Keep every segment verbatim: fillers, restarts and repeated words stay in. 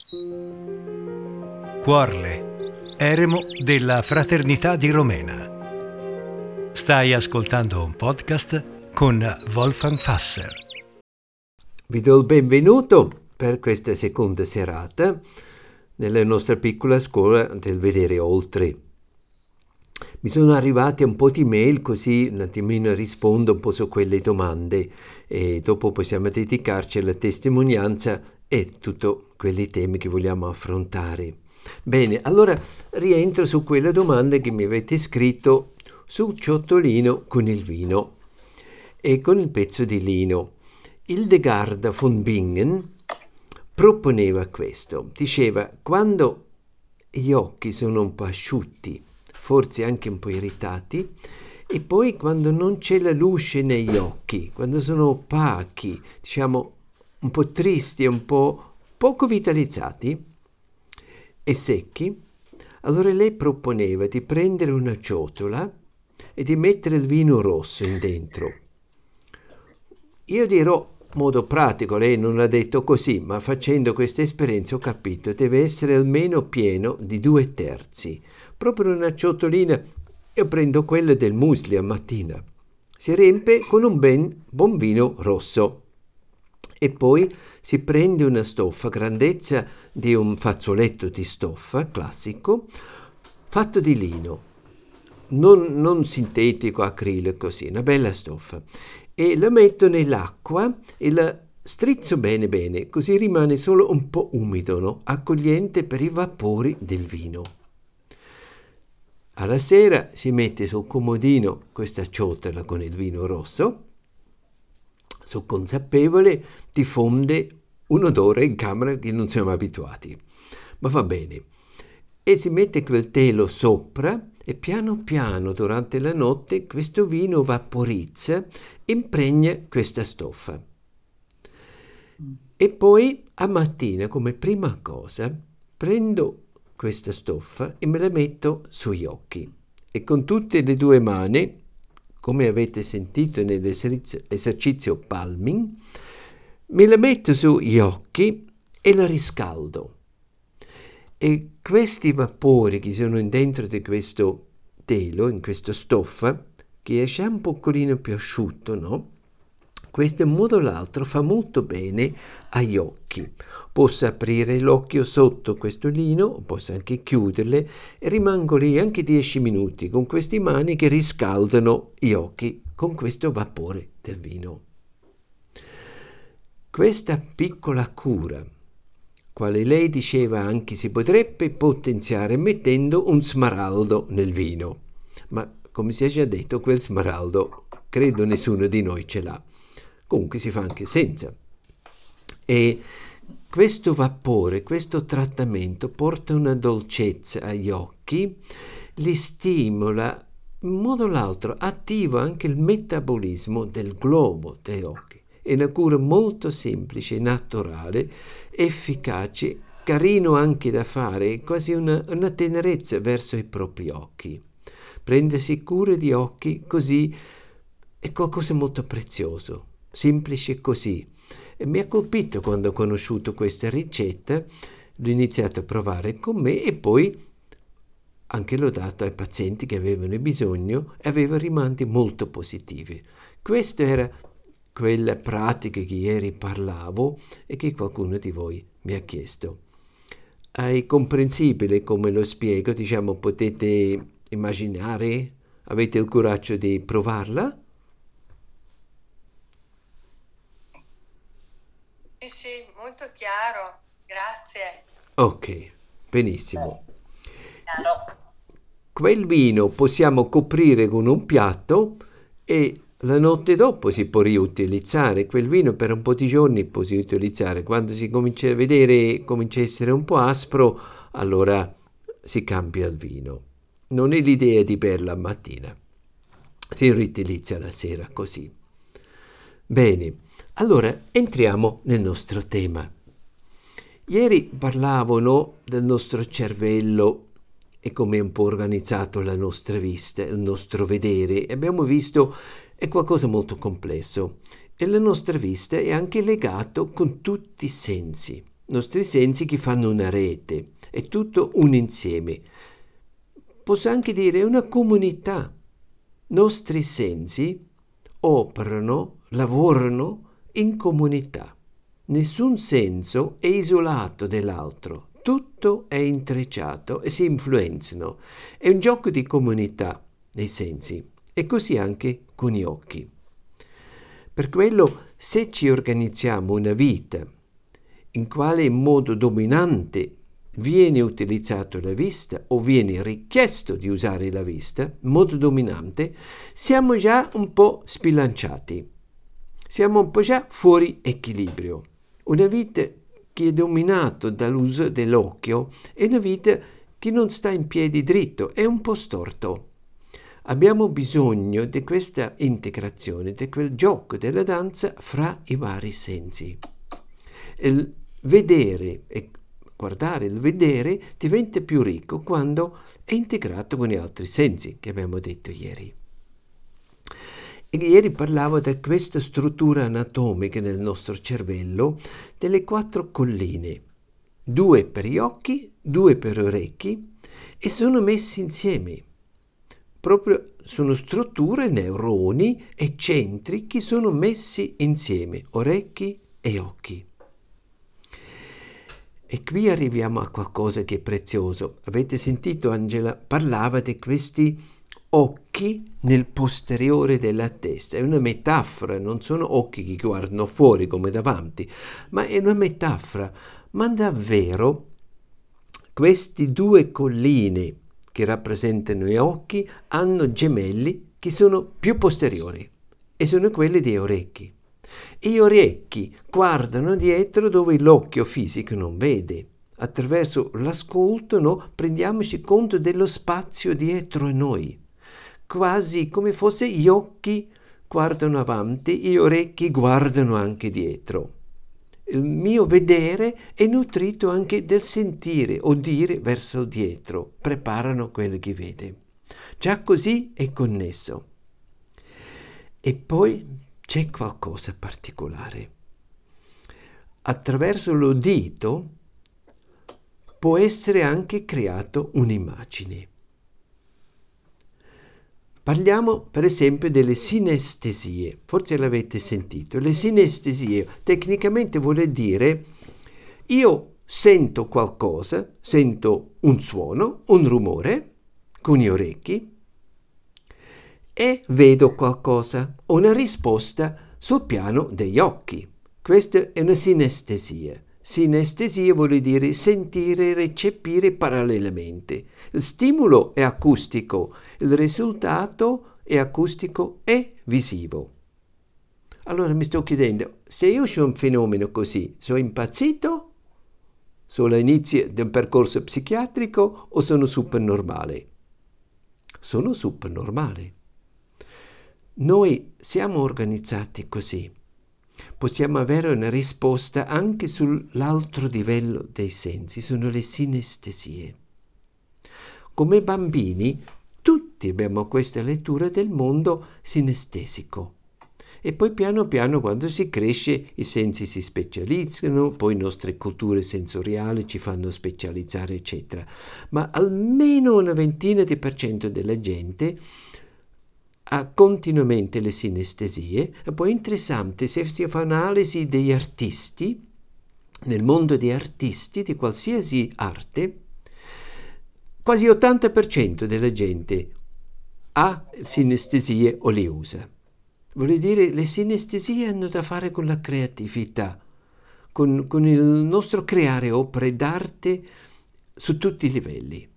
Quorle, eremo della Fraternità di Romena. Stai ascoltando un podcast con Wolfgang Fasser. Vi do il benvenuto per questa seconda serata nella nostra piccola scuola del vedere oltre. Mi sono arrivate un po' di mail, così un attimino rispondo un po' su quelle domande e dopo possiamo dedicarci alla testimonianza e tutti quei temi che vogliamo affrontare. Bene, allora rientro su quella domanda che mi avete scritto sul ciottolino con il vino e con il pezzo di lino. Hildegard von Bingen proponeva questo, diceva: quando gli occhi sono un po' asciutti, forse anche un po' irritati, e poi quando non c'è la luce negli occhi, quando sono opachi, diciamo un po' tristi, un po' poco vitalizzati e secchi, allora lei proponeva di prendere una ciotola e di mettere il vino rosso in dentro. Io dirò modo pratico, lei non l'ha detto così, ma facendo questa esperienza ho capito, deve essere almeno pieno di due terzi. Proprio una ciotolina, io prendo quella del muesli a mattina, si riempie con un ben buon vino rosso e poi si prende una stoffa grandezza di un fazzoletto di stoffa classico fatto di lino, non, non sintetico, acrilico, sì, una bella stoffa, e la metto nell'acqua e la strizzo bene bene, così rimane solo un po' umido, no? Accogliente per i vapori del vino. Alla sera si mette sul comodino questa ciotola con il vino rosso, sono consapevole, diffonde un odore in camera che non siamo abituati, ma va bene. E si mette quel telo sopra e piano piano durante la notte questo vino vaporizza, impregna questa stoffa. E poi a mattina, come prima cosa, prendo questa stoffa e me la metto sugli occhi e con tutte le due mani, come avete sentito nell'esercizio palming, me la metto sugli occhi e la riscaldo. E questi vapori che sono dentro di questo telo, in questa stoffa, che è un pochino più asciutto, no? Questo in modo o l'altro fa molto bene agli occhi. Posso aprire l'occhio sotto questo lino, posso anche chiuderle e rimango lì anche dieci minuti con queste mani che riscaldano gli occhi con questo vapore del vino. Questa piccola cura, quale lei diceva anche, si potrebbe potenziare mettendo un smaraldo nel vino, ma come si è già detto, quel smaraldo credo nessuno di noi ce l'ha. Comunque si fa anche senza. E questo vapore, questo trattamento porta una dolcezza agli occhi, li stimola in modo o l'altro, attiva anche il metabolismo del globo degli occhi. È una cura molto semplice, naturale, efficace, carino anche da fare, quasi una, una tenerezza verso i propri occhi. Prendersi cura di occhi così è qualcosa di molto prezioso, semplice così. E mi ha colpito quando ho conosciuto questa ricetta, l'ho iniziato a provare con me e poi anche l'ho dato ai pazienti che avevano bisogno e aveva rimandi molto positivi. Questa era quella pratica che ieri parlavo e che qualcuno di voi mi ha chiesto. È comprensibile come lo spiego, diciamo, potete immaginare? Avete il coraggio di provarla? Sì, sì, molto chiaro, grazie. Ok, benissimo. Chiaro. Quel vino possiamo coprire con un piatto e la notte dopo si può riutilizzare. Quel vino per un po' di giorni può si utilizzare. Quando si comincia a vedere, comincia a essere un po' aspro, allora si cambia il vino. Non è l'idea di berla a mattina, si riutilizza la sera così. Bene, allora entriamo nel nostro tema. Ieri parlavano del nostro cervello e come è un po' organizzato la nostra vista, il nostro vedere, e abbiamo visto è qualcosa molto complesso e la nostra vista è anche legato con tutti i sensi. nostri sensi che fanno una rete, è tutto un insieme. Posso anche dire una comunità. Nostri sensi operano, lavorano in comunità. Nessun senso è isolato dall'altro, tutto è intrecciato e si influenzano. È un gioco di comunità nei sensi e così anche con gli occhi. Per quello, se ci organizziamo una vita in quale in modo dominante viene utilizzato la vista o viene richiesto di usare la vista in modo dominante, siamo già un po' sbilanciati, siamo un po' già fuori equilibrio. Una vita che è dominata dall'uso dell'occhio è una vita che non sta in piedi dritto, è un po' storto. Abbiamo bisogno di questa integrazione, di quel gioco della danza fra i vari sensi. Il vedere e guardare, il vedere diventa più ricco quando è integrato con gli altri sensi che abbiamo detto ieri. E ieri parlavo di questa struttura anatomica nel nostro cervello delle quattro colline, due per gli occhi, due per gli orecchi, e sono messi insieme. Proprio sono strutture, neuroni e centri che sono messi insieme, orecchi e occhi. E qui arriviamo a qualcosa che è prezioso. Avete sentito Angela parlava di questi occhi nel posteriore della testa. È una metafora, non sono occhi che guardano fuori come davanti, ma è una metafora. Ma davvero questi due colline che rappresentano gli occhi hanno gemelli che sono più posteriori e sono quelli dei orecchi. E gli orecchi guardano dietro dove l'occhio fisico non vede. Attraverso l'ascolto no, prendiamoci conto dello spazio dietro a noi, quasi come fosse gli occhi guardano avanti, gli orecchi guardano anche dietro. Il mio vedere è nutrito anche del sentire o dire verso il dietro, preparano quello che vede. Già così è connesso. E poi c'è qualcosa particolare. Attraverso l'udito può essere anche creato un'immagine. Parliamo per esempio delle sinestesie, forse l'avete sentito. Le sinestesie tecnicamente vuol dire io sento qualcosa, sento un suono, un rumore con gli orecchi e vedo qualcosa, una risposta sul piano degli occhi. Questa è una sinestesia. Sinestesia vuol dire sentire, recepire parallelamente. Il stimolo è acustico, il risultato è acustico e visivo. Allora mi sto chiedendo, se io ho un fenomeno così, sono impazzito? Sono all'inizio di un percorso psichiatrico o sono supernormale? Sono supernormale. Noi siamo organizzati così. Possiamo avere una risposta anche sull'altro livello dei sensi, sono le sinestesie. Come bambini tutti abbiamo questa lettura del mondo sinestesico e poi piano piano quando si cresce i sensi si specializzano, poi le nostre culture sensoriali ci fanno specializzare eccetera, ma almeno una ventina di per cento della gente ha continuamente le sinestesie. E poi è interessante, se si fa un'analisi degli artisti, nel mondo degli artisti di qualsiasi arte, quasi ottanta per cento della gente ha sinestesie o le usa. Vuol dire, le sinestesie hanno da fare con la creatività, con, con il nostro creare opere d'arte su tutti i livelli.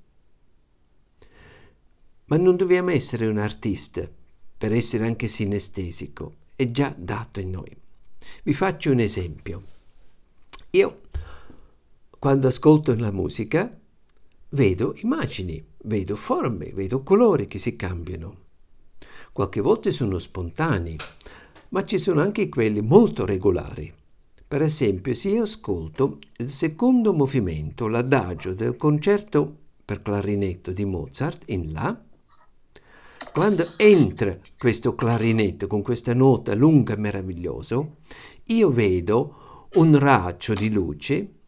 Ma non dobbiamo essere un artista per essere anche sinestesico, è già dato in noi. Vi faccio un esempio. Io, quando ascolto la musica, vedo immagini, vedo forme, vedo colori che si cambiano. Qualche volta sono spontanei, ma ci sono anche quelli molto regolari. Per esempio, se io ascolto il secondo movimento, l'adagio del concerto per clarinetto di Mozart in La, quando entra questo clarinetto con questa nota lunga e meravigliosa, io vedo un raggio di luce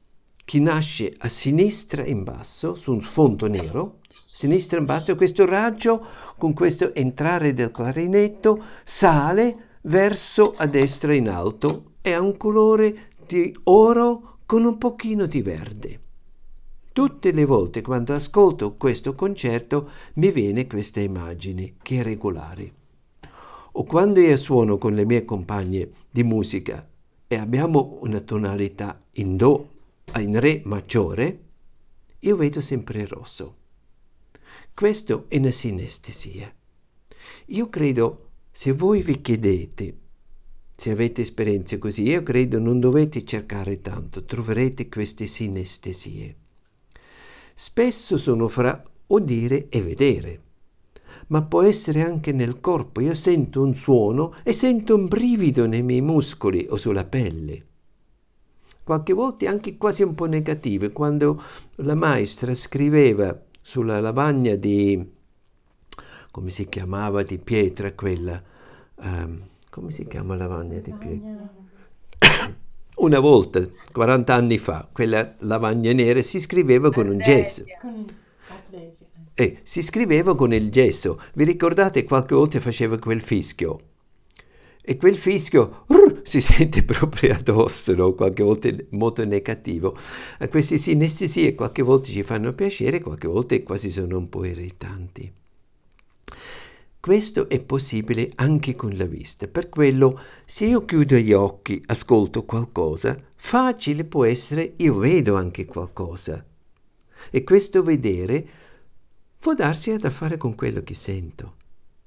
che nasce a sinistra in basso, su un fondo nero, sinistra in basso, e questo raggio, con questo entrare del clarinetto, sale verso a destra in alto e ha un colore di oro con un pochino di verde. Tutte le volte quando ascolto questo concerto mi viene questa immagine che è regolare. O quando io suono con le mie compagne di musica e abbiamo una tonalità in Do, in Re maggiore, io vedo sempre rosso. Questo è una sinestesia. Io credo, se voi vi chiedete, se avete esperienze così, io credo non dovete cercare tanto, troverete queste sinestesie. Spesso sono fra udire e vedere, ma può essere anche nel corpo. Io sento un suono e sento un brivido nei miei muscoli o sulla pelle. Qualche volta anche quasi un po' negative, quando la maestra scriveva sulla lavagna di, come si chiamava, di pietra quella, um, come si chiama la lavagna di pietra? Una volta, quaranta anni fa, quella lavagna nera si scriveva con un gesso. Eh, si scriveva con il gesso. Vi ricordate qualche volta faceva quel fischio? E quel fischio uh, si sente proprio addosso, no? Qualche volta molto negativo. A queste sinestesie qualche volta ci fanno piacere, qualche volta quasi sono un po' irritanti. Questo è possibile anche con la vista. Per quello, se io chiudo gli occhi, ascolto qualcosa, facile può essere io vedo anche qualcosa. E questo vedere può darsi a da fare con quello che sento.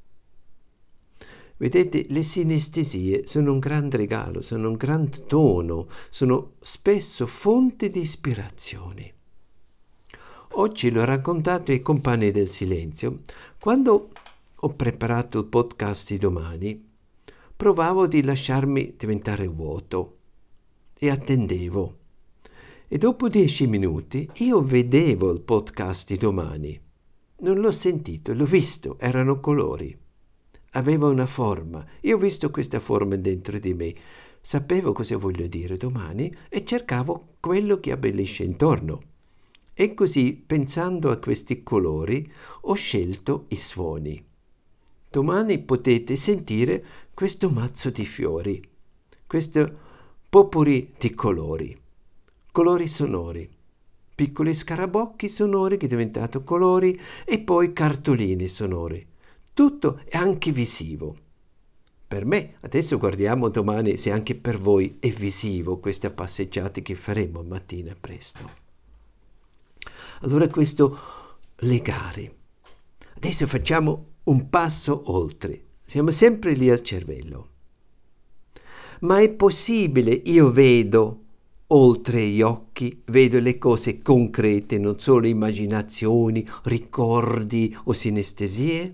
Vedete, le sinestesie sono un grande regalo, sono un gran dono, sono spesso fonte di ispirazione. Oggi l'ho raccontato ai compagni del silenzio. Quando ho preparato il podcast di domani, provavo di lasciarmi diventare vuoto e attendevo. E dopo dieci minuti io vedevo il podcast di domani. Non l'ho sentito, l'ho visto, erano colori. Aveva una forma. Io ho visto questa forma dentro di me. Sapevo cosa voglio dire domani e cercavo quello che abbellisce intorno. E così, pensando a questi colori, ho scelto i suoni. Domani potete sentire questo mazzo di fiori, questo potpourri di colori, colori sonori, piccoli scarabocchi sonori che sono diventati colori e poi cartoline sonore. Tutto è anche visivo. Per me, adesso guardiamo domani se anche per voi è visivo queste passeggiate che faremo mattina presto. Allora questo legare. Adesso facciamo un passo oltre. Siamo sempre lì al cervello. Ma è possibile, io vedo oltre gli occhi, vedo le cose concrete, non solo immaginazioni, ricordi o sinestesie?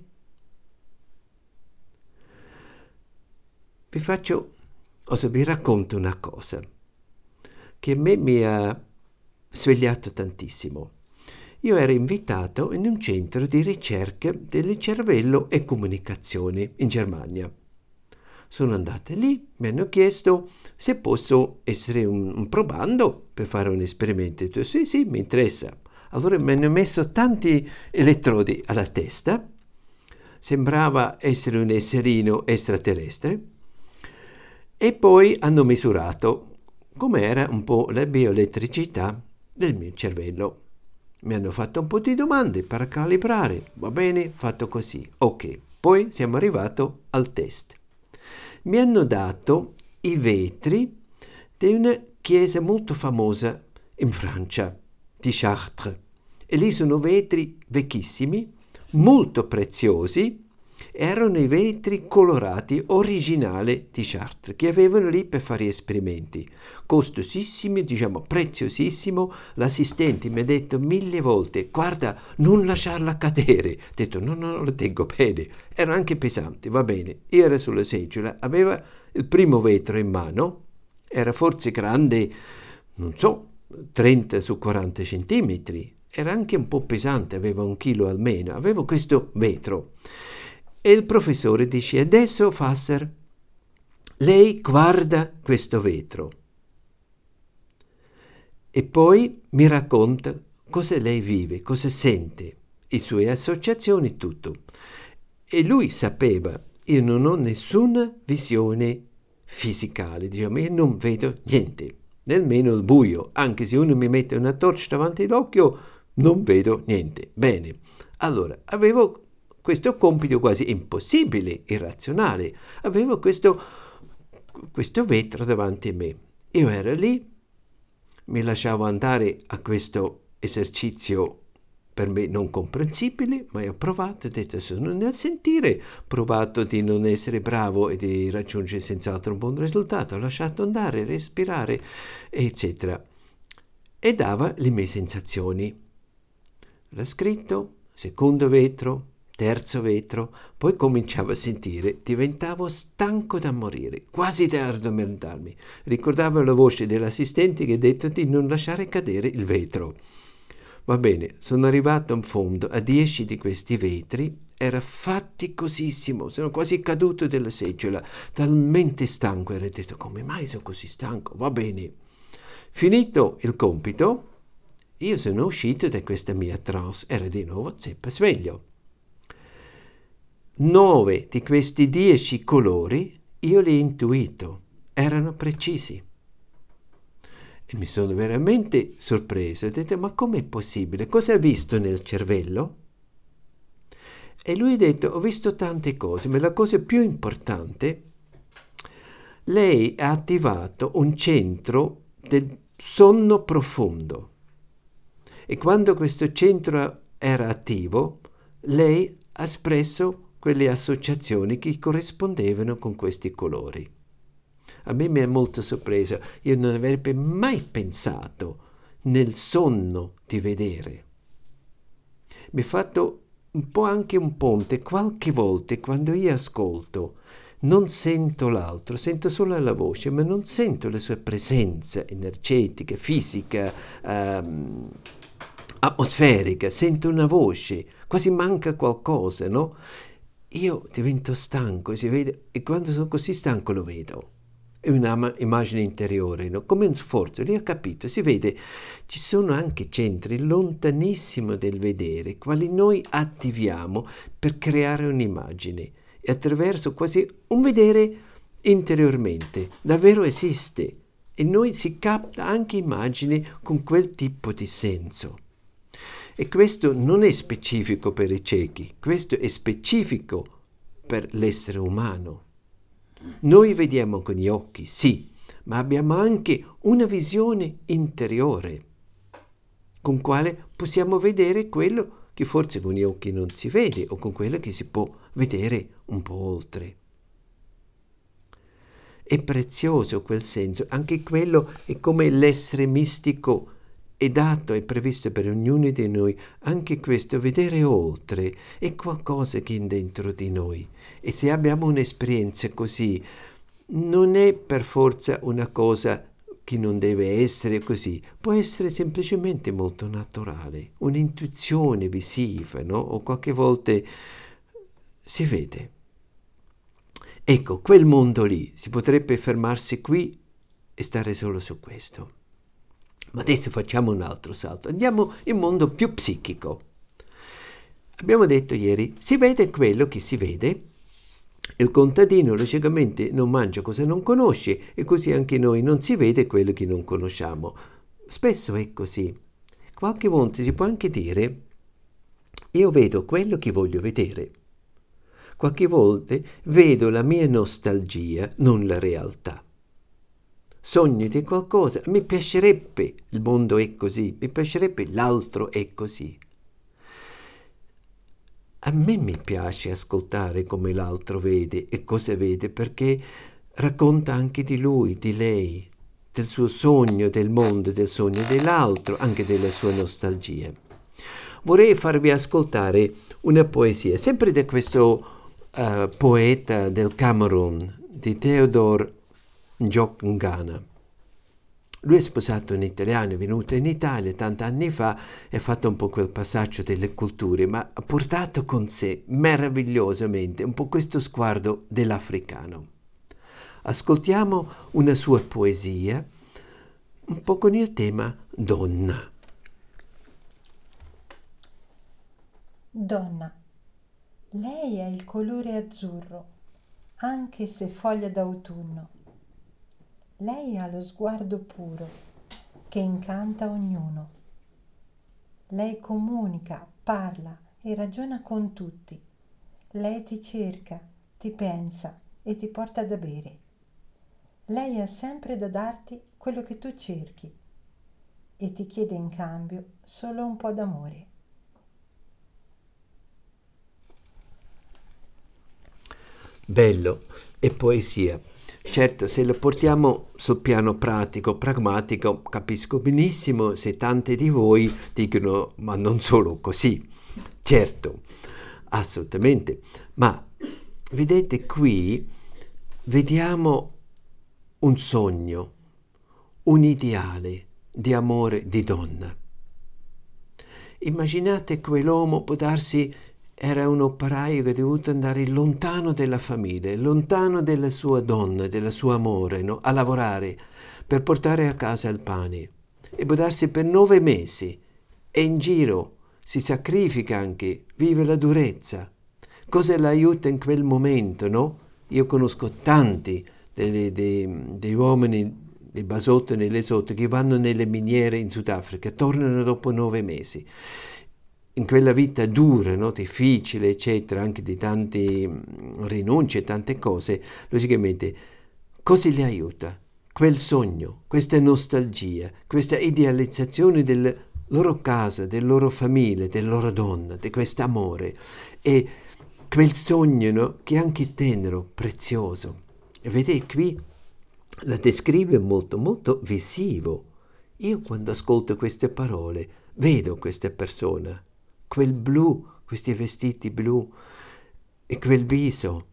Vi faccio, o vi racconto una cosa che a me mi ha svegliato tantissimo. Io ero invitato in un centro di ricerca del cervello e comunicazione in Germania. Sono andata lì, mi hanno chiesto se posso essere un, un probando per fare un esperimento. Ho detto sì, sì, mi interessa. Allora mi hanno messo tanti elettrodi alla testa, sembrava essere un esserino extraterrestre, e poi hanno misurato com'era un po' la bioelettricità del mio cervello. Mi hanno fatto un po' di domande per calibrare, va bene, fatto così, ok. Poi siamo arrivati al test. Mi hanno dato i vetri di una chiesa molto famosa in Francia, di Chartres. E lì sono vetri vecchissimi, molto preziosi, erano i vetri colorati originali di Chartres che avevano lì per fare esperimenti, costosissimi, diciamo preziosissimo. L'assistente mi ha detto mille volte: guarda, non lasciarla cadere. Ho detto no, no, lo tengo bene. Erano anche pesanti, va bene. Io ero sulla seggiola, aveva il primo vetro in mano, era forse grande, non so, trenta su quaranta centimetri, era anche un po' pesante, aveva un chilo almeno. Avevo questo vetro. E il professore dice: adesso Fasser, lei guarda questo vetro. e poi mi racconta cosa lei vive, cosa sente, le sue associazioni, tutto. E lui sapeva, io non ho nessuna visione fisicale, diciamo, io non vedo niente, nemmeno il buio, anche se uno mi mette una torcia davanti all'occhio, non vedo niente. Bene, allora, avevo questo compito quasi impossibile, irrazionale, avevo questo, questo vetro davanti a me. Io ero lì, mi lasciavo andare a questo esercizio per me non comprensibile, ma ho provato, ho detto sono nel sentire, provato di non essere bravo e di raggiungere senz'altro un buon risultato, ho lasciato andare, respirare, eccetera. E dava le mie sensazioni. L'ho scritto, secondo vetro, terzo vetro, poi cominciavo a sentire, diventavo stanco da morire, quasi da addormentarmi. Ricordavo la voce dell'assistente che ha detto di non lasciare cadere il vetro. Va bene, sono arrivato in fondo a dieci di questi vetri, era faticosissimo, sono quasi caduto dalla seggiola, talmente stanco, ero detto come mai sono così stanco? Va bene. Finito il compito, io sono uscito da questa mia trance, ero di nuovo zeppa sveglio. Nove di questi dieci colori io li ho intuito, erano precisi. E mi sono veramente sorpreso, ho detto ma com'è possibile? Cosa ha visto nel cervello? E lui ha detto ho visto tante cose, ma la cosa più importante, lei ha attivato un centro del sonno profondo e quando questo centro era attivo lei ha espresso quelle associazioni che corrispondevano con questi colori. A me mi è molto sorpreso, io non avrebbe mai pensato nel sonno di vedere. Mi ha fatto un po' anche un ponte, qualche volta quando io ascolto non sento l'altro, sento solo la voce, ma non sento la sua presenza energetica, fisica, ehm, atmosferica, sento una voce, quasi manca qualcosa, no? Io divento stanco, si vede, e quando sono così stanco lo vedo. È un'immagine interiore, no? Come un sforzo, lì ho capito, si vede, ci sono anche centri lontanissimo del vedere, quali noi attiviamo per creare un'immagine, e attraverso quasi un vedere interiormente, davvero esiste, e noi si capta anche immagini con quel tipo di senso. E questo non è specifico per i ciechi, questo è specifico per l'essere umano. Noi vediamo con gli occhi, sì, ma abbiamo anche una visione interiore, con quale possiamo vedere quello che forse con gli occhi non si vede, o con quello che si può vedere un po' oltre. È prezioso quel senso, anche quello è come l'essere mistico è dato, è previsto per ognuno di noi, anche questo, vedere oltre, è qualcosa che è dentro di noi. E se abbiamo un'esperienza così, non è per forza una cosa che non deve essere così, può essere semplicemente molto naturale, un'intuizione visiva, no? O qualche volta si vede. Ecco, quel mondo lì, si potrebbe fermarsi qui e stare solo su questo. Ma adesso facciamo un altro salto, andiamo in mondo più psichico. Abbiamo detto ieri, si vede quello che si vede, il contadino logicamente non mangia cosa non conosce e così anche noi non si vede quello che non conosciamo. Spesso è così. Qualche volta si può anche dire, io vedo quello che voglio vedere. Qualche volta vedo la mia nostalgia, non la realtà. Sogno di qualcosa, mi piacerebbe, il mondo è così, mi piacerebbe l'altro è così. A me mi piace ascoltare come l'altro vede e cosa vede, perché racconta anche di lui, di lei, del suo sogno del mondo, del sogno dell'altro, anche della sua nostalgia. Vorrei farvi ascoltare una poesia, sempre di questo uh, poeta del Camerun, di Theodore Njongana. Lui è sposato un italiano, è venuto in Italia tanti anni fa e ha fatto un po' quel passaggio delle culture, ma ha portato con sé meravigliosamente un po' questo sguardo dell'africano. Ascoltiamo una sua poesia, un po' con il tema donna. Donna, lei ha il colore azzurro, anche se foglia d'autunno. Lei ha lo sguardo puro, che incanta ognuno. Lei comunica, parla e ragiona con tutti. Lei ti cerca, ti pensa e ti porta da bere. Lei ha sempre da darti quello che tu cerchi e ti chiede in cambio solo un po' d'amore. Bello, e poesia. Certo, se lo portiamo sul piano pratico, pragmatico, capisco benissimo se tante di voi dicono ma non solo così. Certo, assolutamente. Ma vedete qui, vediamo un sogno, un ideale di amore di donna. Immaginate quell'uomo, può darsi era un operaio che è dovuto andare lontano dalla famiglia, lontano dalla sua donna, del suo amore, no? A lavorare per portare a casa il pane. E può darsi per nove mesi. E in giro si sacrifica anche, vive la durezza. Cosa l'aiuta in quel momento, no? Io conosco tanti dei, dei, dei uomini di Basotto e nell'Esotto che vanno nelle miniere in Sudafrica, tornano dopo nove mesi. In quella vita dura, no? Difficile, eccetera, anche di tante rinunce, tante cose, logicamente, cosa li aiuta? Quel sogno, questa nostalgia, questa idealizzazione della loro casa, della loro famiglia, della loro donna, di quest'amore, e quel sogno, no? Che è anche tenero, prezioso. E vedete qui la descrive molto, molto visivo. Io quando ascolto queste parole vedo questa persona, quel blu, questi vestiti blu e quel viso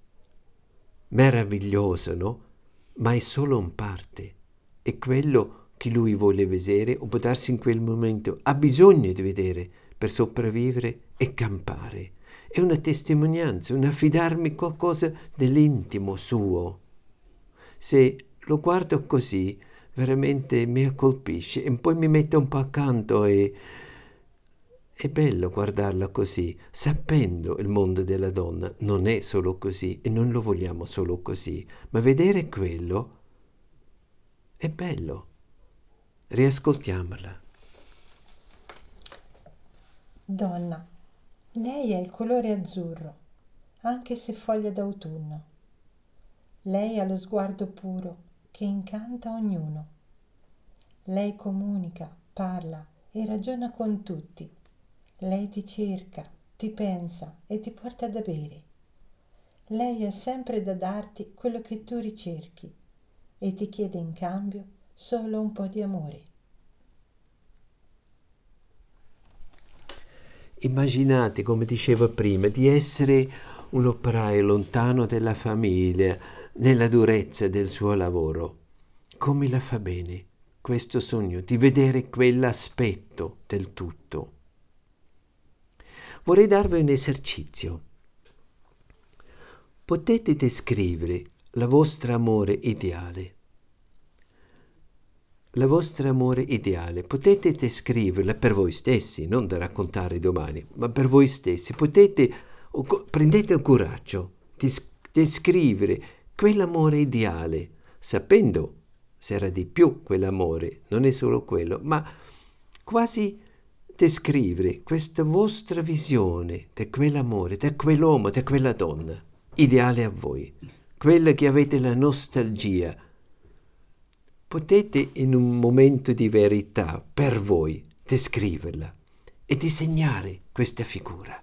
meraviglioso, no? Ma è solo in parte. È quello che lui vuole vedere, o può darsi in quel momento ha bisogno di vedere per sopravvivere e campare. È una testimonianza, un affidarmi qualcosa dell'intimo suo. Se lo guardo così, veramente mi colpisce e poi mi mette un po' accanto e è bello guardarla così, sapendo il mondo della donna non è solo così e non lo vogliamo solo così, ma vedere quello è bello. Riascoltiamola. Donna, lei ha il colore azzurro, anche se foglia d'autunno. Lei ha lo sguardo puro che incanta ognuno. Lei comunica, parla e ragiona con tutti. Lei ti cerca, ti pensa e ti porta da bere. Lei ha sempre da darti quello che tu ricerchi e ti chiede in cambio solo un po' di amore. Immaginate, come dicevo prima, di essere un operaio lontano dalla famiglia, nella durezza del suo lavoro. Come la fa bene questo sogno di vedere quell'aspetto del tutto. Vorrei darvi un esercizio. Potete descrivere la vostra amore ideale. La vostra amore ideale, potete descriverla per voi stessi, non da raccontare domani, ma per voi stessi. Potete, prendete il coraggio di descrivere quell'amore ideale, sapendo se era di più quell'amore, non è solo quello, ma quasi descrivere questa vostra visione di quell'amore, di quell'uomo, di quella donna, ideale a voi, quella che avete la nostalgia. Potete in un momento di verità per voi descriverla e disegnare questa figura.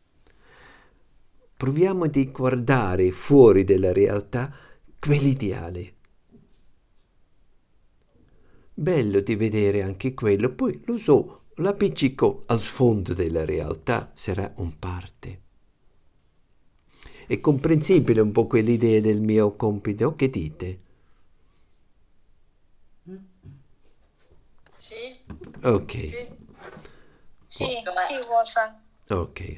Proviamo di guardare fuori dalla realtà quell'ideale. Bello di vedere anche quello, poi lo so, l'appiccico al fondo della realtà sarà un parte. È comprensibile un po' quell'idea del mio compito, che dite? Sì? Ok. Sì, Sì, sì, Wolfgang. Ok.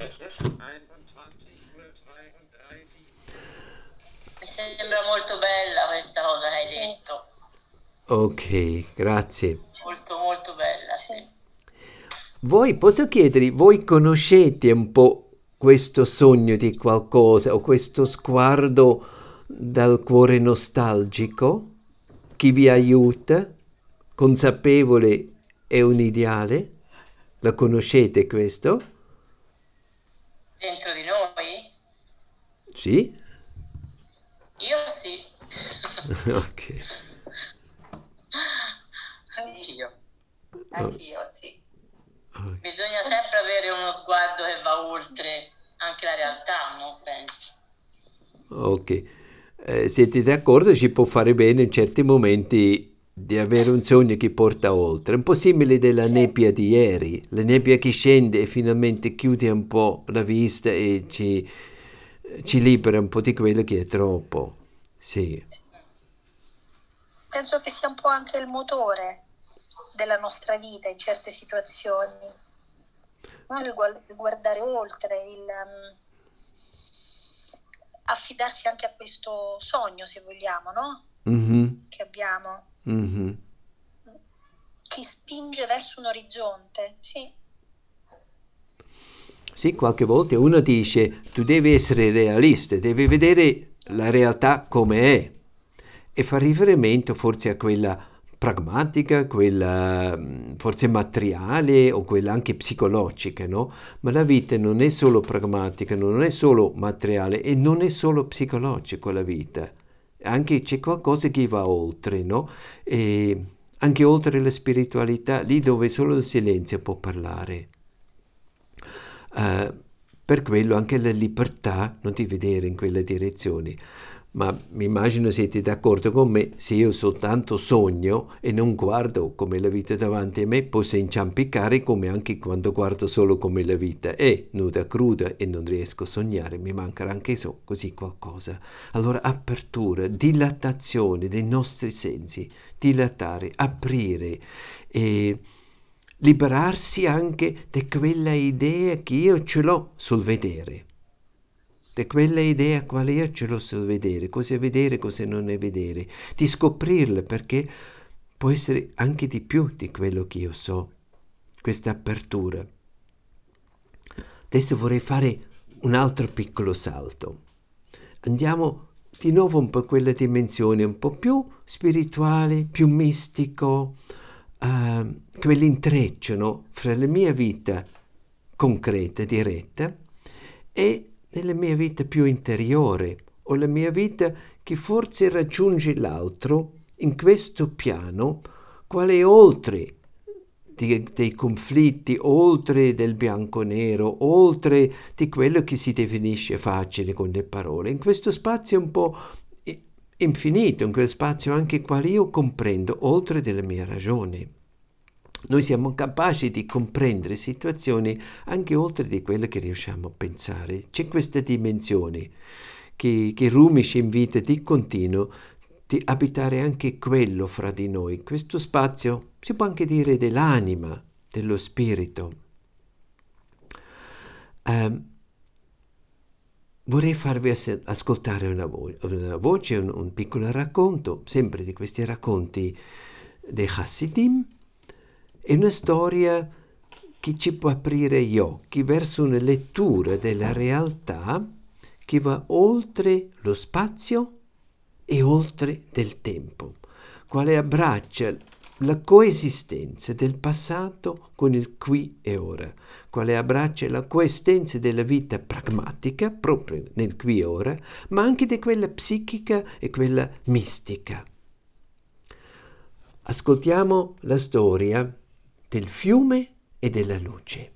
Mi sembra molto bella questa cosa che hai Sì. detto. Ok, grazie. Molto molto bella, sì. Voi, posso chiedervi, voi conoscete un po' questo sogno di qualcosa o questo sguardo dal cuore nostalgico? Chi vi aiuta? Consapevole è un ideale? La conoscete questo? Dentro di noi? Sì? Io sì. Ok. Sì, io. Oh, Anch'io, sì. ok. Bisogna sempre avere uno sguardo che va oltre anche la realtà, no? Penso. Ok. Eh, siete d'accordo? Ci può fare bene in certi momenti di avere un sogno che porta oltre, un po' simile della Sì. nebbia di ieri, la nebbia che scende e finalmente chiude un po' la vista e ci, ci libera un po' di quello che è troppo. Sì. Penso che sia un po' anche il motore della nostra vita in certe situazioni, no? Il, gual- il guardare oltre, il um, affidarsi anche a questo sogno, se vogliamo, no? Mhm, Che abbiamo, mhm. che spinge verso un orizzonte, sì. Sì, qualche volta uno dice tu devi essere realista, devi vedere la realtà come è e fa riferimento forse a quella pragmatica, quella mm, forse materiale o quella anche psicologica, no? Ma la vita non è solo pragmatica, non è solo materiale e non è solo psicologico la vita. Anche c'è qualcosa che va oltre, no? E anche oltre la spiritualità, lì dove solo il silenzio può parlare. Eh, per quello anche la libertà non di vedere in quella direzione. Ma mi immagino siete d'accordo con me, se io soltanto sogno e non guardo come la vita davanti a me, posso inciampicare come anche quando guardo solo come la vita è nuda, cruda e non riesco a sognare, mi manca anche so, così qualcosa. Allora apertura, dilatazione dei nostri sensi, dilatare, aprire e liberarsi anche di quella idea che io ce l'ho sul vedere, di quella idea quale io ce l'ho sul vedere, cosa è vedere, cosa non è vedere, di scoprirla perché può essere anche di più di quello che io so, questa apertura. Adesso vorrei fare un altro piccolo salto. Andiamo di nuovo un po' a quella dimensione un po' più spirituale, più mistico, uh, quell'intreccio, no? Fra la mia vita concreta, diretta, e nella mia vita più interiore, o la mia vita che forse raggiunge l'altro in questo piano, quale è oltre di, dei conflitti, oltre del bianco-nero, oltre di quello che si definisce facile con le parole, in questo spazio un po' infinito, in quel spazio anche quale io comprendo oltre della mia ragione. Noi siamo capaci di comprendere situazioni anche oltre di quello che riusciamo a pensare. C'è questa dimensione che, che Rumi ci invita di continuo di abitare anche quello fra di noi, questo spazio, si può anche dire dell'anima, dello spirito. Um, vorrei farvi as- ascoltare una, vo- una voce, un, un piccolo racconto, sempre di questi racconti dei Hasidim. È una storia che ci può aprire gli occhi verso una lettura della realtà che va oltre lo spazio e oltre del tempo, quale abbraccia la coesistenza del passato con il qui e ora, quale abbraccia la coesistenza della vita pragmatica proprio nel qui e ora, ma anche di quella psichica e quella mistica. Ascoltiamo la storia del fiume e della luce.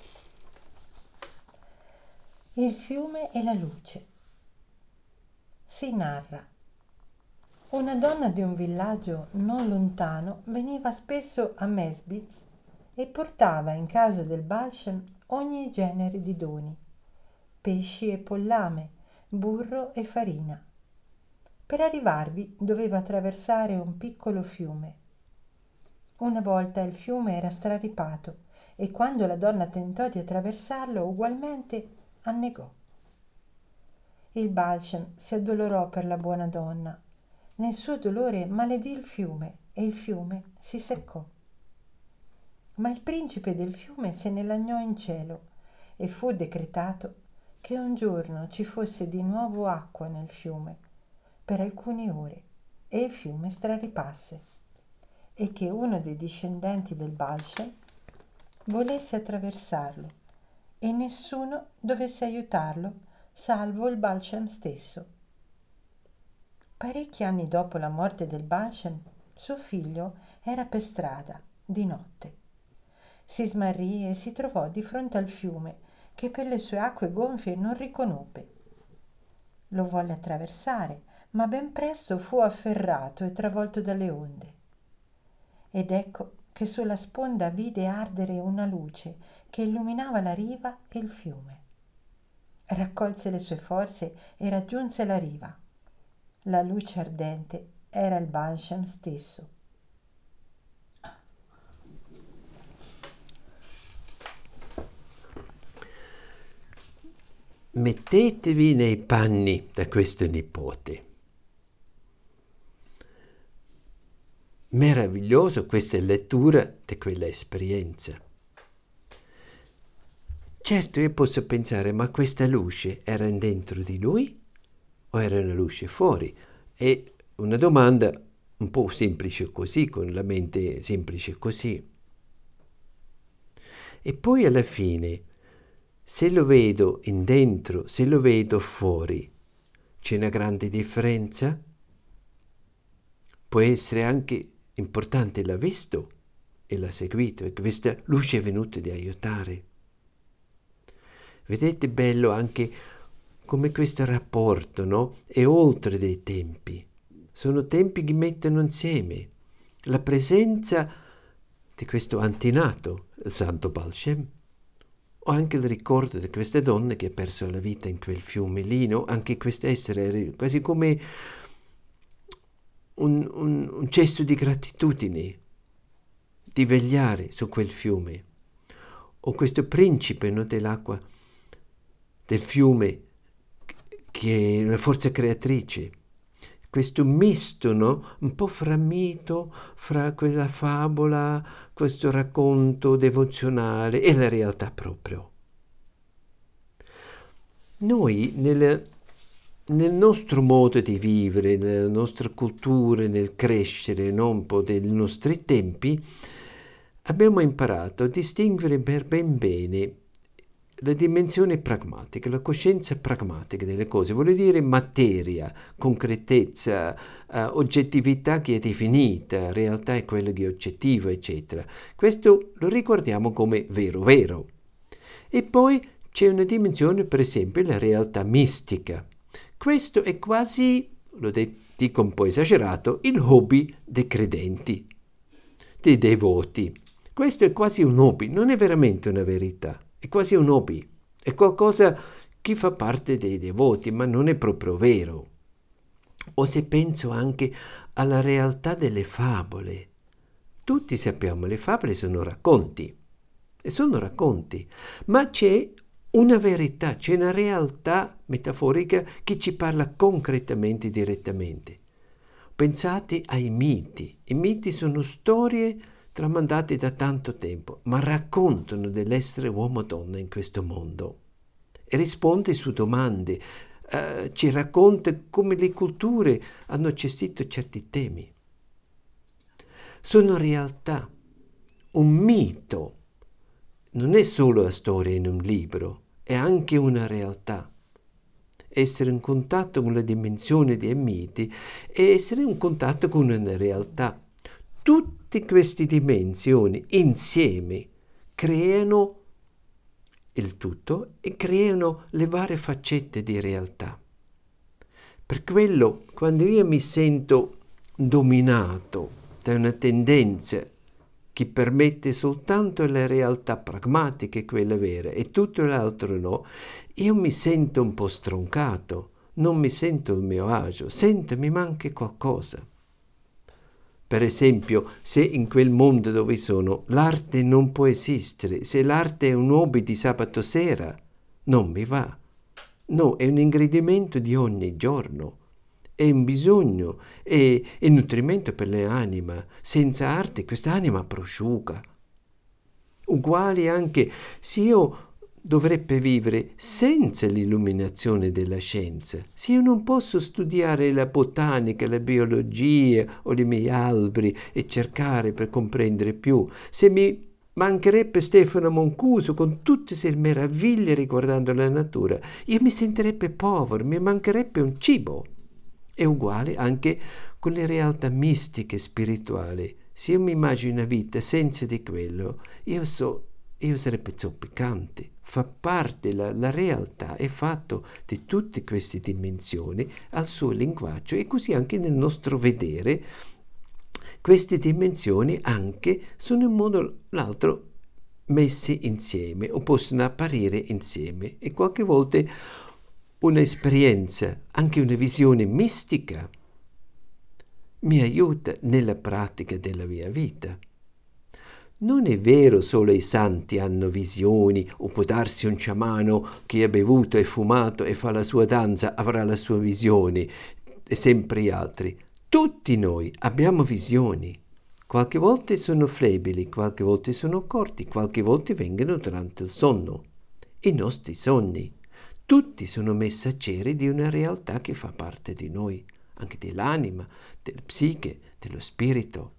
Il fiume e la luce. Si narra. Una donna di un villaggio non lontano veniva spesso a Mesbitz e portava in casa del Balshem ogni genere di doni, pesci e pollame, burro e farina. Per arrivarvi doveva attraversare un piccolo fiume. Una volta il fiume era straripato e quando la donna tentò di attraversarlo ugualmente annegò. Il Balshem si addolorò per la buona donna. Nel suo dolore maledì il fiume e il fiume si seccò. Ma il principe del fiume se ne lagnò in cielo e fu decretato che un giorno ci fosse di nuovo acqua nel fiume per alcune ore e il fiume straripasse, e che uno dei discendenti del Balshem volesse attraversarlo e nessuno dovesse aiutarlo salvo il Balshem stesso. Parecchi anni dopo la morte del Balshem, suo figlio era per strada di notte. Si smarrì e si trovò di fronte al fiume che per le sue acque gonfie non riconobbe. Lo volle attraversare, ma ben presto fu afferrato e travolto dalle onde. Ed ecco che sulla sponda vide ardere una luce che illuminava la riva e il fiume. Raccolse le sue forze e raggiunse la riva. La luce ardente era il Balshem stesso. Mettetevi nei panni da questo nipote. Meraviglioso questa lettura di quella esperienza. Certo, io posso pensare, ma questa luce era dentro di lui o era una luce fuori? È una domanda un po' semplice così, con la mente semplice così. E poi alla fine, se lo vedo in dentro, se lo vedo fuori, c'è una grande differenza? Può essere anche importante, l'ha visto e l'ha seguito, e questa luce è venuta ad aiutare. Vedete bello anche come questo rapporto, no? È oltre dei tempi. Sono tempi che mettono insieme la presenza di questo antenato, il santo Balshem, o anche il ricordo di queste donne che ha perso la vita in quel fiume lì, no? Anche questo essere quasi come un, un, un gesto di gratitudine, di vegliare su quel fiume. O questo principe, no, dell'acqua, del fiume, che è una forza creatrice. Questo misto, no? Un po' frammito fra quella favola, questo racconto devozionale e la realtà proprio. Noi nel, nel nostro modo di vivere, nella nostra cultura, nel crescere, no? Un po' dei nostri tempi, abbiamo imparato a distinguere per ben bene la dimensione pragmatica, la coscienza pragmatica delle cose, vuol dire materia, concretezza, uh, oggettività che è definita, realtà è quello che è oggettivo, eccetera. Questo lo ricordiamo come vero vero. E poi c'è una dimensione, per esempio, la realtà mistica. Questo è quasi, lo dico un po' esagerato, il hobby dei credenti, dei devoti. Questo è quasi un hobby, non è veramente una verità. È quasi un hobby, è qualcosa che fa parte dei devoti, ma non è proprio vero. O se penso anche alla realtà delle favole. Tutti sappiamo, le favole sono racconti, e sono racconti, ma c'è una verità, c'è una realtà metaforica che ci parla concretamente, direttamente. Pensate ai miti. I miti sono storie tramandati da tanto tempo, ma raccontano dell'essere uomo-donna in questo mondo e risponde su domande, eh, ci racconta come le culture hanno gestito certi temi. Sono realtà, un mito, non è solo la storia in un libro, è anche una realtà. Essere in contatto con la dimensione dei miti è essere in contatto con una realtà. Tutte queste dimensioni insieme creano il tutto e creano le varie faccette di realtà. Per quello, quando io mi sento dominato da una tendenza che permette soltanto la realtà pragmatica e quella vera e tutto l'altro no, io mi sento un po' stroncato, non mi sento il mio agio, sento mi manca qualcosa. Per esempio, se in quel mondo dove sono l'arte non può esistere, se l'arte è un hobby di sabato sera, non mi va. No, è un ingrediente di ogni giorno. è un bisogno, è, è nutrimento per l'anima. Senza arte quest'anima prosciuga. Uguali anche se io dovrebbe vivere senza l'illuminazione della scienza, se io non posso studiare la botanica, la biologia o i miei alberi e cercare per comprendere più, se mi mancherebbe Stefano Mancuso con tutte le meraviglie riguardando la natura, io mi sentirebbe povero, mi mancherebbe un cibo. È uguale anche con le realtà mistiche spirituali. Se io mi immagino una vita senza di quello, io so, io sarebbe zoppicante. Fa parte, la, la realtà è fatto di tutte queste dimensioni al suo linguaggio, e così anche nel nostro vedere queste dimensioni anche sono in un modo o l'altro messe insieme o possono apparire insieme, e qualche volta un'esperienza, anche una visione mistica mi aiuta nella pratica della mia vita. Non è vero solo i santi hanno visioni, o può darsi un sciamano che ha bevuto e fumato e fa la sua danza avrà la sua visione, e sempre gli altri. Tutti noi abbiamo visioni. Qualche volta sono flebili, qualche volta sono corti, qualche volta vengono durante il sonno. I nostri sogni, tutti sono messaggeri di una realtà che fa parte di noi, anche dell'anima, della psiche, dello spirito.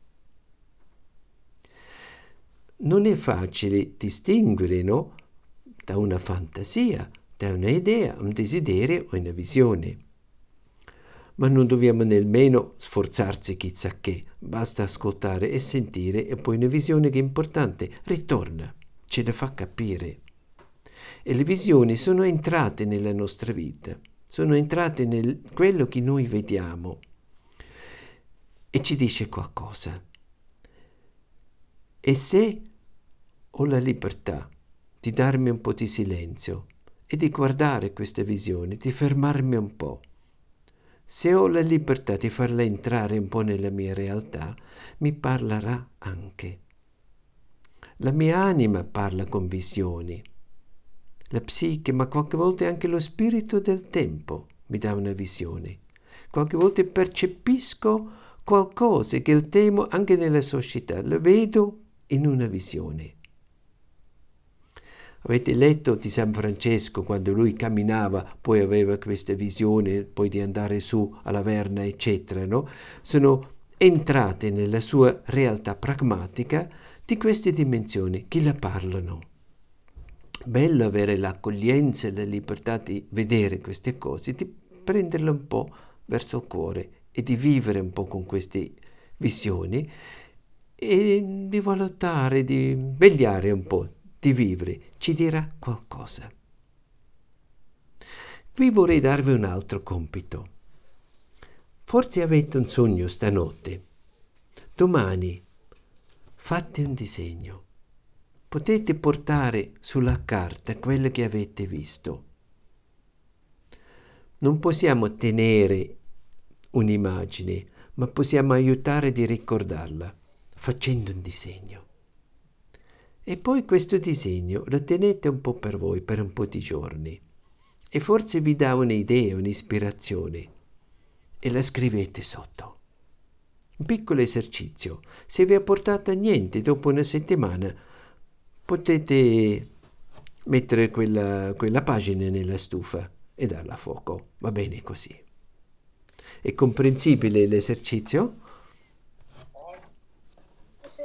Non è facile distinguere, no? Da una fantasia, da un'idea, un desiderio o una visione. Ma non dobbiamo nemmeno sforzarci chissà che, basta ascoltare e sentire, e poi una visione che è importante ritorna, ce la fa capire. E le visioni sono entrate nella nostra vita, sono entrate nel quello che noi vediamo e ci dice qualcosa. E se ho la libertà di darmi un po' di silenzio e di guardare questa visione, di fermarmi un po', se ho la libertà di farla entrare un po' nella mia realtà, mi parlerà anche. La mia anima parla con visioni, la psiche, ma qualche volta anche lo spirito del tempo mi dà una visione. Qualche volta percepisco qualcosa che il temo anche nella società, lo vedo in una visione. Avete letto di San Francesco quando lui camminava, poi aveva questa visione, poi di andare su alla Verna, eccetera, no? Sono entrate nella sua realtà pragmatica di queste dimensioni che la parlano. Bello avere l'accoglienza e la libertà di vedere queste cose, di prenderle un po' verso il cuore e di vivere un po' con queste visioni e di valutare, di vegliare un po', di vivere, ci dirà qualcosa. Qui vorrei darvi un altro compito. Forse avete un sogno stanotte. Domani fate un disegno. Potete portare sulla carta quello che avete visto. Non possiamo tenere un'immagine, ma possiamo aiutare di ricordarla facendo un disegno. E poi questo disegno lo tenete un po' per voi, per un po' di giorni, e forse vi dà un'idea, un'ispirazione, e la scrivete sotto. Un piccolo esercizio. Se vi ha portato a niente dopo una settimana, potete mettere quella, quella pagina nella stufa e darla a fuoco. Va bene così. È comprensibile l'esercizio? Sì.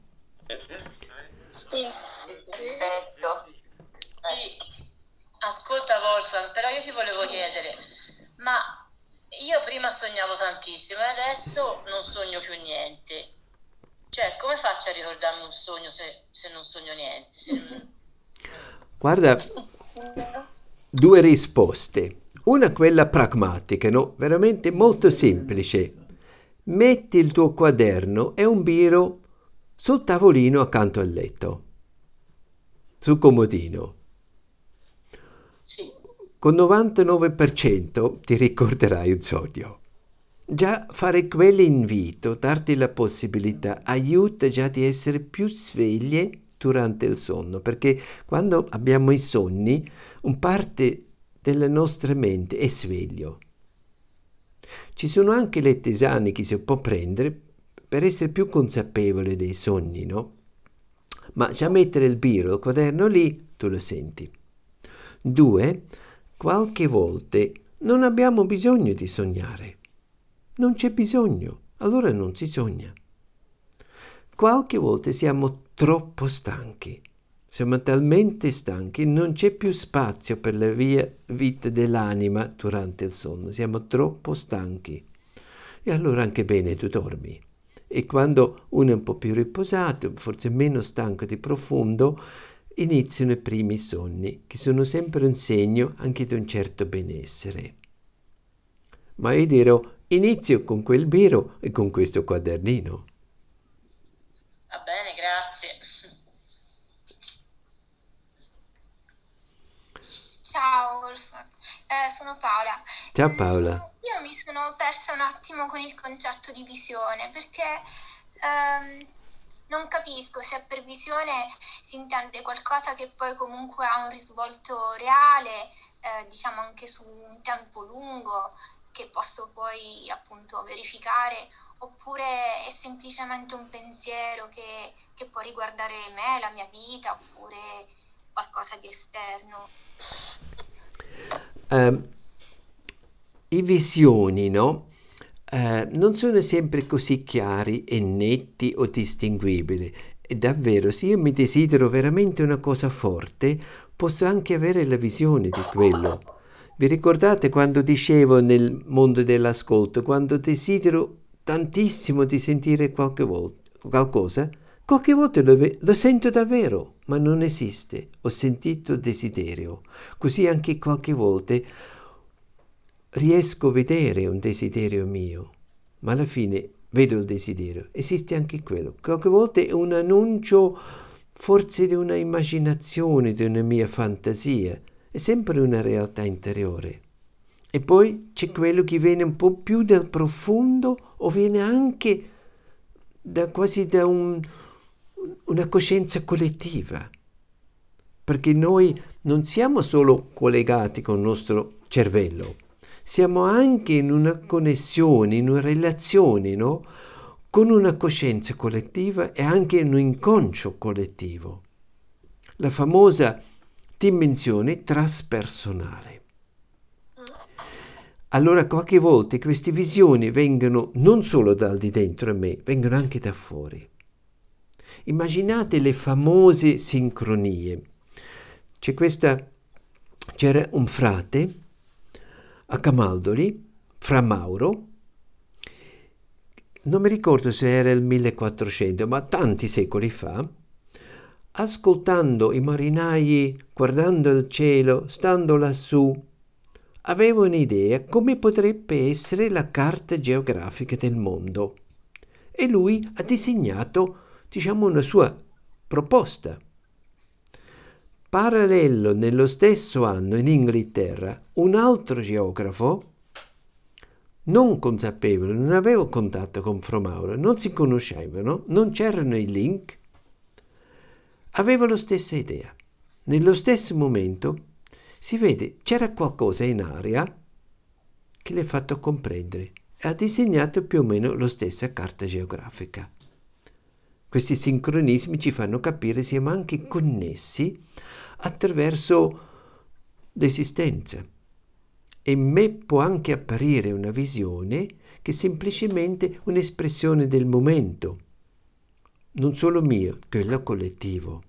Sì. Perfetto. Sì. Ascolta Wolfgang, però io ti volevo chiedere, ma io prima sognavo tantissimo e adesso non sogno più niente. Cioè, come faccio a ricordarmi un sogno se, se non sogno niente? Se non... Guarda, due risposte. Una quella pragmatica, no? Veramente molto semplice. Metti il tuo quaderno e un biro sul tavolino accanto al letto, sul comodino. Sì. Con novantanove per cento ti ricorderai un sogno. Già fare quell'invito, darti la possibilità, aiuta già di essere più sveglie durante il sonno, perché quando abbiamo i sogni, un parte della nostra mente è sveglio. Ci sono anche le tisane che si può prendere per essere più consapevole dei sogni, no? Ma già mettere il biro, il quaderno lì, tu lo senti. Due, qualche volta non abbiamo bisogno di sognare. Non c'è bisogno, allora non si sogna. Qualche volta siamo troppo stanchi. Siamo talmente stanchi, non c'è più spazio per la via vita dell'anima durante il sonno. Siamo troppo stanchi. E allora anche bene tu dormi. E quando uno è un po' più riposato, forse meno stanco di profondo, iniziano i primi sogni, che sono sempre un segno anche di un certo benessere. Ma io dirò, inizio con quel biro e con questo quadernino. Va bene, grazie. Ciao Wolfgang, eh, sono Paola. Ciao Paola. Mm, io mi sono persa un attimo con il concetto di visione perché ehm, non capisco se per visione si intende qualcosa che poi comunque ha un risvolto reale, eh, diciamo anche su un tempo lungo che posso poi appunto verificare, oppure è semplicemente un pensiero che, che può riguardare me, la mia vita, oppure qualcosa di esterno. Uh, I visioni, no? Uh, non sono sempre così chiari e netti o distinguibili. E davvero, se io mi desidero veramente una cosa forte, posso anche avere la visione di quello. Vi ricordate quando dicevo nel mondo dell'ascolto, quando desidero tantissimo di sentire qualche volta, qualcosa? Qualche volta lo, lo sento davvero, ma non esiste. Ho sentito desiderio. Così anche qualche volta riesco a vedere un desiderio mio, ma alla fine vedo il desiderio. Esiste anche quello. Qualche volta è un annuncio forse di una immaginazione, di una mia fantasia. È sempre una realtà interiore. E poi c'è quello che viene un po' più dal profondo o viene anche da quasi da un una coscienza collettiva, perché noi non siamo solo collegati con il nostro cervello, siamo anche in una connessione, in una relazione, no? Con una coscienza collettiva e anche in un inconscio collettivo, la famosa dimensione traspersonale. Allora qualche volta queste visioni vengono non solo dal di dentro a me, vengono anche da fuori. Immaginate le famose sincronie. C'è questa, c'era un frate a Camaldoli, Fra Mauro, non mi ricordo se era il millequattrocento, ma tanti secoli fa, ascoltando i marinai, guardando il cielo, stando lassù, aveva un'idea come potrebbe essere la carta geografica del mondo. E lui ha disegnato diciamo una sua proposta. Parallelo nello stesso anno in Inghilterra, un altro geografo, non consapevole, non aveva contatto con Fra Mauro, non si conoscevano, non c'erano i link, aveva la stessa idea. Nello stesso momento si vede c'era qualcosa in aria che le ha fatto comprendere e ha disegnato più o meno la stessa carta geografica. Questi sincronismi ci fanno capire siamo anche connessi attraverso l'esistenza. E in me può anche apparire una visione che è semplicemente un'espressione del momento, non solo mio, quello collettivo.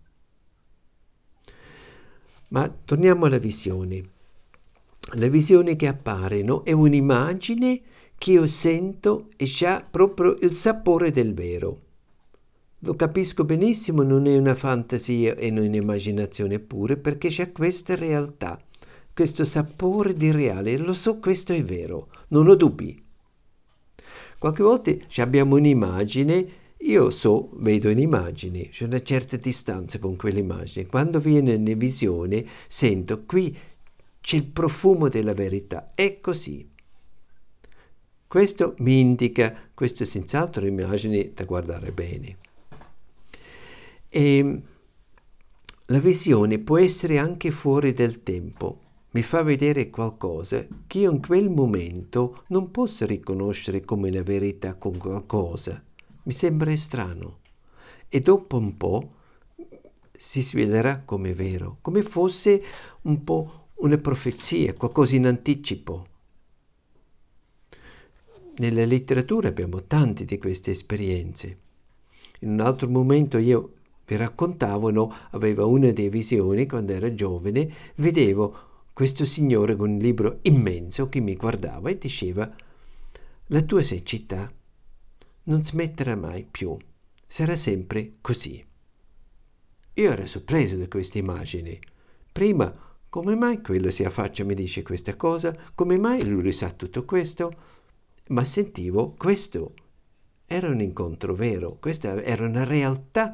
Ma torniamo alla visione. La visione che appare, no? È un'immagine che io sento e ha proprio il sapore del vero. Lo capisco benissimo, non è una fantasia e non un'immaginazione pure, perché c'è questa realtà, questo sapore di reale. Lo so, questo è vero, non ho dubbi. Qualche volta abbiamo un'immagine, io so, vedo un'immagine, c'è una certa distanza con quell'immagine. Quando viene in visione, sento, qui c'è il profumo della verità, è così. Questo mi indica, questo è senz'altro un'immagine da guardare bene. E la visione può essere anche fuori del tempo, mi fa vedere qualcosa che io in quel momento non posso riconoscere come una verità con qualcosa. Mi sembra strano. E dopo un po' si svelerà come vero, come fosse un po' una profezia, qualcosa in anticipo. Nella letteratura abbiamo tante di queste esperienze. In un altro momento io vi raccontavo, no, avevo una delle visioni quando era giovane, vedevo questo signore con un libro immenso che mi guardava e diceva: la tua siccità non smetterà mai più, sarà sempre così. Io ero sorpreso da queste immagini. Prima, come mai quello si affaccia e mi dice questa cosa? Come mai lui sa tutto questo? Ma sentivo, questo era un incontro vero, questa era una realtà.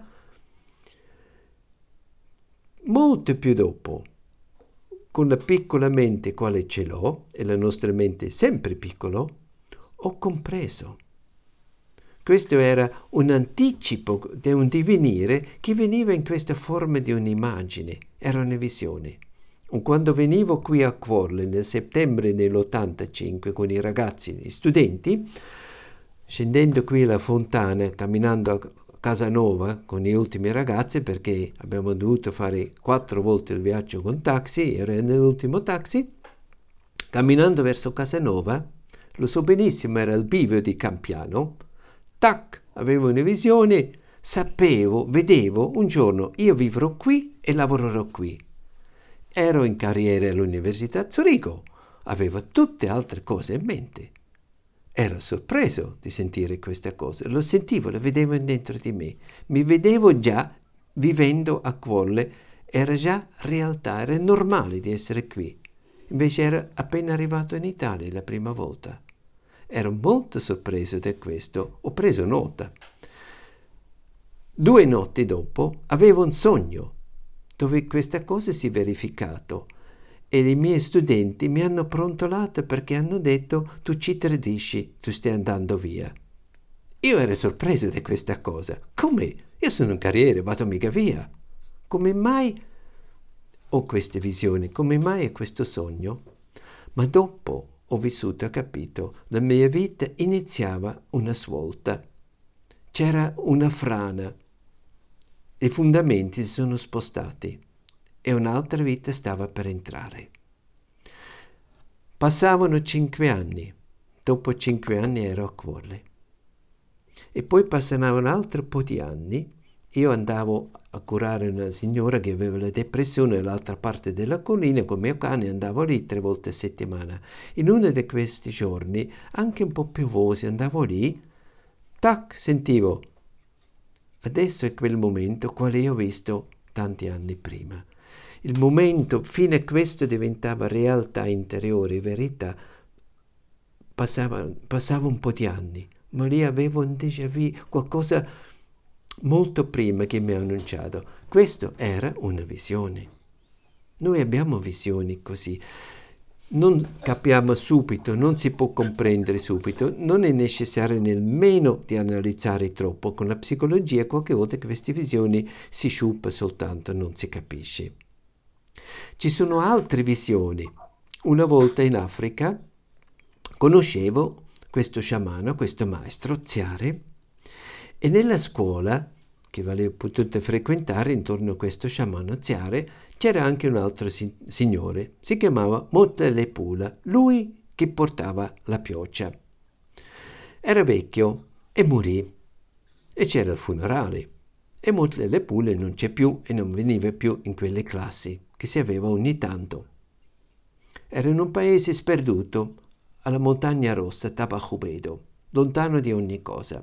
Molto più dopo, con la piccola mente quale ce l'ho, e la nostra mente è sempre piccola, ho compreso. Questo era un anticipo di un divenire che veniva in questa forma di un'immagine, era una visione. Quando venivo qui a Quorle nel settembre dell'ottantacinque con i ragazzi, gli studenti, scendendo qui alla fontana, camminando a Casanova con gli ultimi ragazzi, perché abbiamo dovuto fare quattro volte il viaggio con taxi, ero nell'ultimo taxi, camminando verso Casanova, lo so benissimo, era il bivio di Campiano, tac, avevo una visione, sapevo, vedevo, un giorno io vivrò qui e lavorerò qui. Ero in carriera all'Università a Zurigo, avevo tutte altre cose in mente. Ero sorpreso di sentire questa cosa, lo sentivo, lo vedevo dentro di me. Mi vedevo già vivendo a Quorle, era già realtà, era normale di essere qui. Invece ero appena arrivato in Italia la prima volta. Ero molto sorpreso da questo, ho preso nota. Due notti dopo avevo un sogno dove questa cosa si è verificato. E i miei studenti mi hanno brontolato perché hanno detto: tu ci tradisci, tu stai andando via. Io ero sorpreso di questa cosa. Come? Io sono un carriere, vado mica via. Come mai ho queste visioni? Come mai ho questo sogno? Ma dopo ho vissuto e capito, la mia vita iniziava una svolta. C'era una frana, i fondamenti si sono spostati e un'altra vita stava per entrare. Passavano cinque anni, dopo cinque anni ero a Quorle. E poi passavano un altro po' di anni, io andavo a curare una signora che aveva la depressione all'altra parte della collina, con mio cane andavo lì tre volte a settimana. In uno di questi giorni, anche un po' piovosi, andavo lì, tac, sentivo, adesso è quel momento quale io ho visto tanti anni prima. Il momento, fino a questo diventava realtà interiore, verità, passava, passava un po' di anni, ma lì avevo un déjà vu, qualcosa molto prima che mi ha annunciato. Questo era una visione. Noi abbiamo visioni così. Non capiamo subito, non si può comprendere subito, non è necessario nemmeno di analizzare troppo. Con la psicologia qualche volta queste visioni si sciupa soltanto, non si capisce. Ci sono altre visioni. Una volta in Africa conoscevo questo sciamano, questo maestro, Ziare, e nella scuola che avevo potuto frequentare intorno a questo sciamano Ziare c'era anche un altro si- signore, si chiamava Mottelepula, lui che portava la pioggia. Era vecchio e morì e c'era il funerale e Mottelepula non c'è più e non veniva più in quelle classi che si aveva ogni tanto. Era in un paese sperduto alla montagna rossa Tabajubedo, lontano di ogni cosa.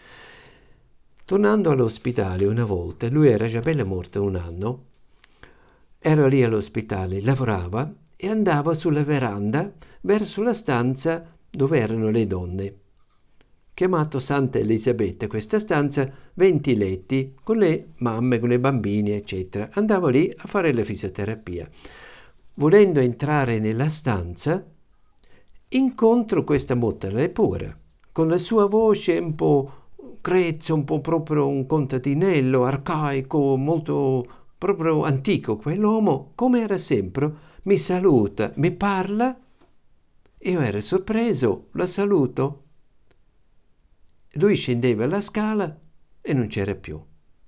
Tornando all'ospedale una volta, lui era già bello morto un anno, era lì all'ospedale, lavorava e andava sulla veranda verso la stanza dove erano le donne. Chiamato Santa Elisabetta, questa stanza, venti letti, con le mamme, con le bambine, eccetera. Andavo lì a fare la fisioterapia. Volendo entrare nella stanza, incontro questa Mottelepula, con la sua voce un po' grezza, un po' proprio un contadinello, arcaico, molto proprio antico, quell'uomo, come era sempre, mi saluta, mi parla, io ero sorpreso, la saluto, lui scendeva la scala e non c'era più.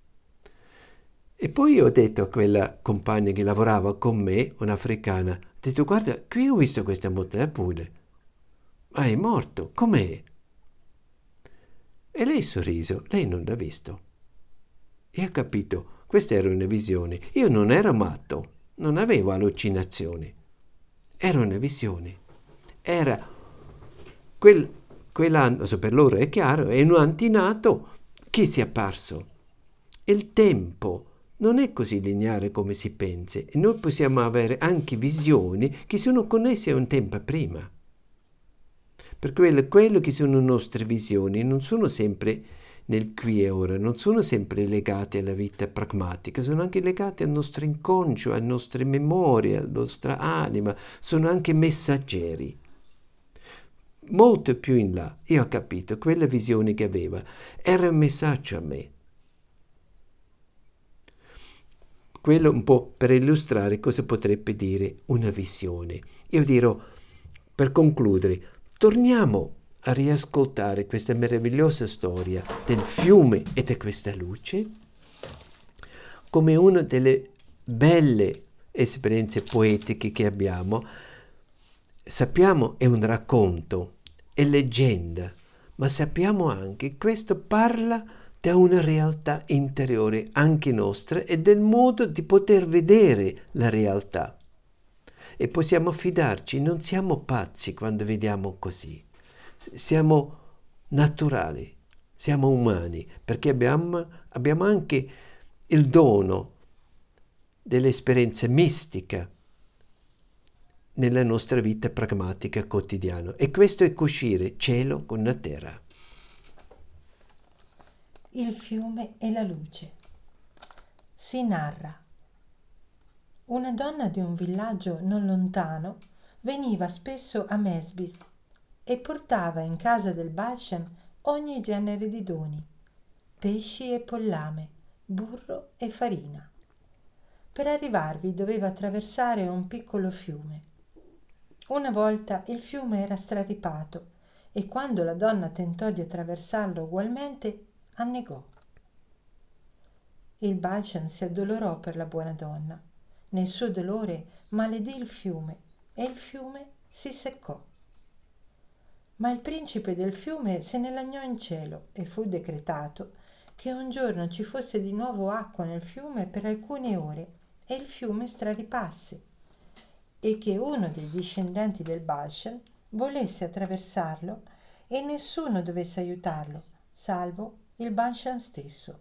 E poi ho detto a quella compagna che lavorava con me, un'africana, ho detto guarda, qui ho visto questa montagna pure, ma è morto, com'è? E lei sorriso, lei non l'ha visto. E ha capito, questa era una visione. Io non ero matto, non avevo allucinazioni. Era una visione. Era quel, quell'anno, per loro è chiaro, è un antinato che si è apparso. Il tempo non è così lineare come si pensa e noi possiamo avere anche visioni che sono connesse a un tempo prima. Per quello, quello che sono nostre visioni non sono sempre nel qui e ora, non sono sempre legate alla vita pragmatica, sono anche legate al nostro inconscio, alle nostre memorie, alla nostra anima, sono anche messaggeri. Molto più in là, io ho capito, quella visione che aveva era un messaggio a me. Quello un po' per illustrare cosa potrebbe dire una visione. Io dirò, per concludere, torniamo a riascoltare questa meravigliosa storia del fiume e di questa luce come una delle belle esperienze poetiche che abbiamo. Sappiamo è un racconto, è leggenda, ma sappiamo anche che questo parla da una realtà interiore anche nostra e del modo di poter vedere la realtà. E possiamo fidarci, non siamo pazzi quando vediamo così. Siamo naturali, siamo umani, perché abbiamo, abbiamo anche il dono dell'esperienza mistica nella nostra vita pragmatica quotidiana. E questo è cucire cielo con la terra. Il fiume e la luce. Si narra. Una donna di un villaggio non lontano veniva spesso a Mesbis e portava in casa del Balshem ogni genere di doni, pesci e pollame, burro e farina. Per arrivarvi doveva attraversare un piccolo fiume. Una volta il fiume era straripato e quando la donna tentò di attraversarlo ugualmente, annegò. Il Balshem si addolorò per la buona donna. Nel suo dolore maledì il fiume e il fiume si seccò. Ma il principe del fiume se ne lagnò in cielo e fu decretato che un giorno ci fosse di nuovo acqua nel fiume per alcune ore e il fiume straripasse e che uno dei discendenti del Balshem volesse attraversarlo e nessuno dovesse aiutarlo, salvo il Balshem stesso.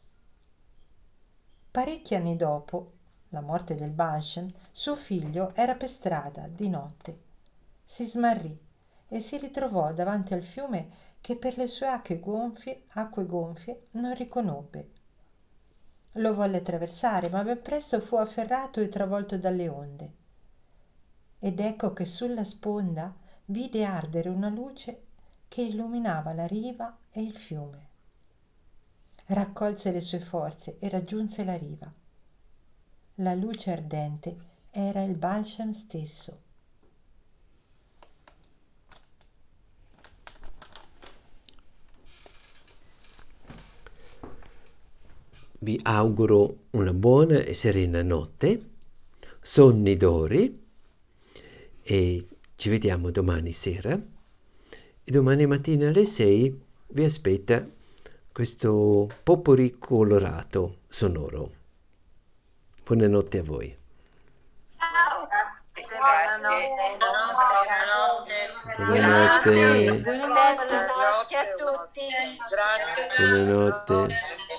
Parecchi anni dopo la morte del Balshem, suo figlio era per strada di notte. Si smarrì e si ritrovò davanti al fiume che per le sue acque gonfie, acque gonfie non riconobbe. Lo volle attraversare, ma ben presto fu afferrato e travolto dalle onde. Ed ecco che sulla sponda vide ardere una luce che illuminava la riva e il fiume. Raccolse le sue forze e raggiunse la riva. La luce ardente era il Balshem stesso. Vi auguro una buona e serena notte, sonni d'ori e ci vediamo domani sera. E domani mattina alle sei vi aspetta questo potpourri colorato sonoro. Buonanotte a voi. Ciao. Buonanotte. Buonanotte. Buonanotte. Buonanotte a tutti. Grazie. Buonanotte.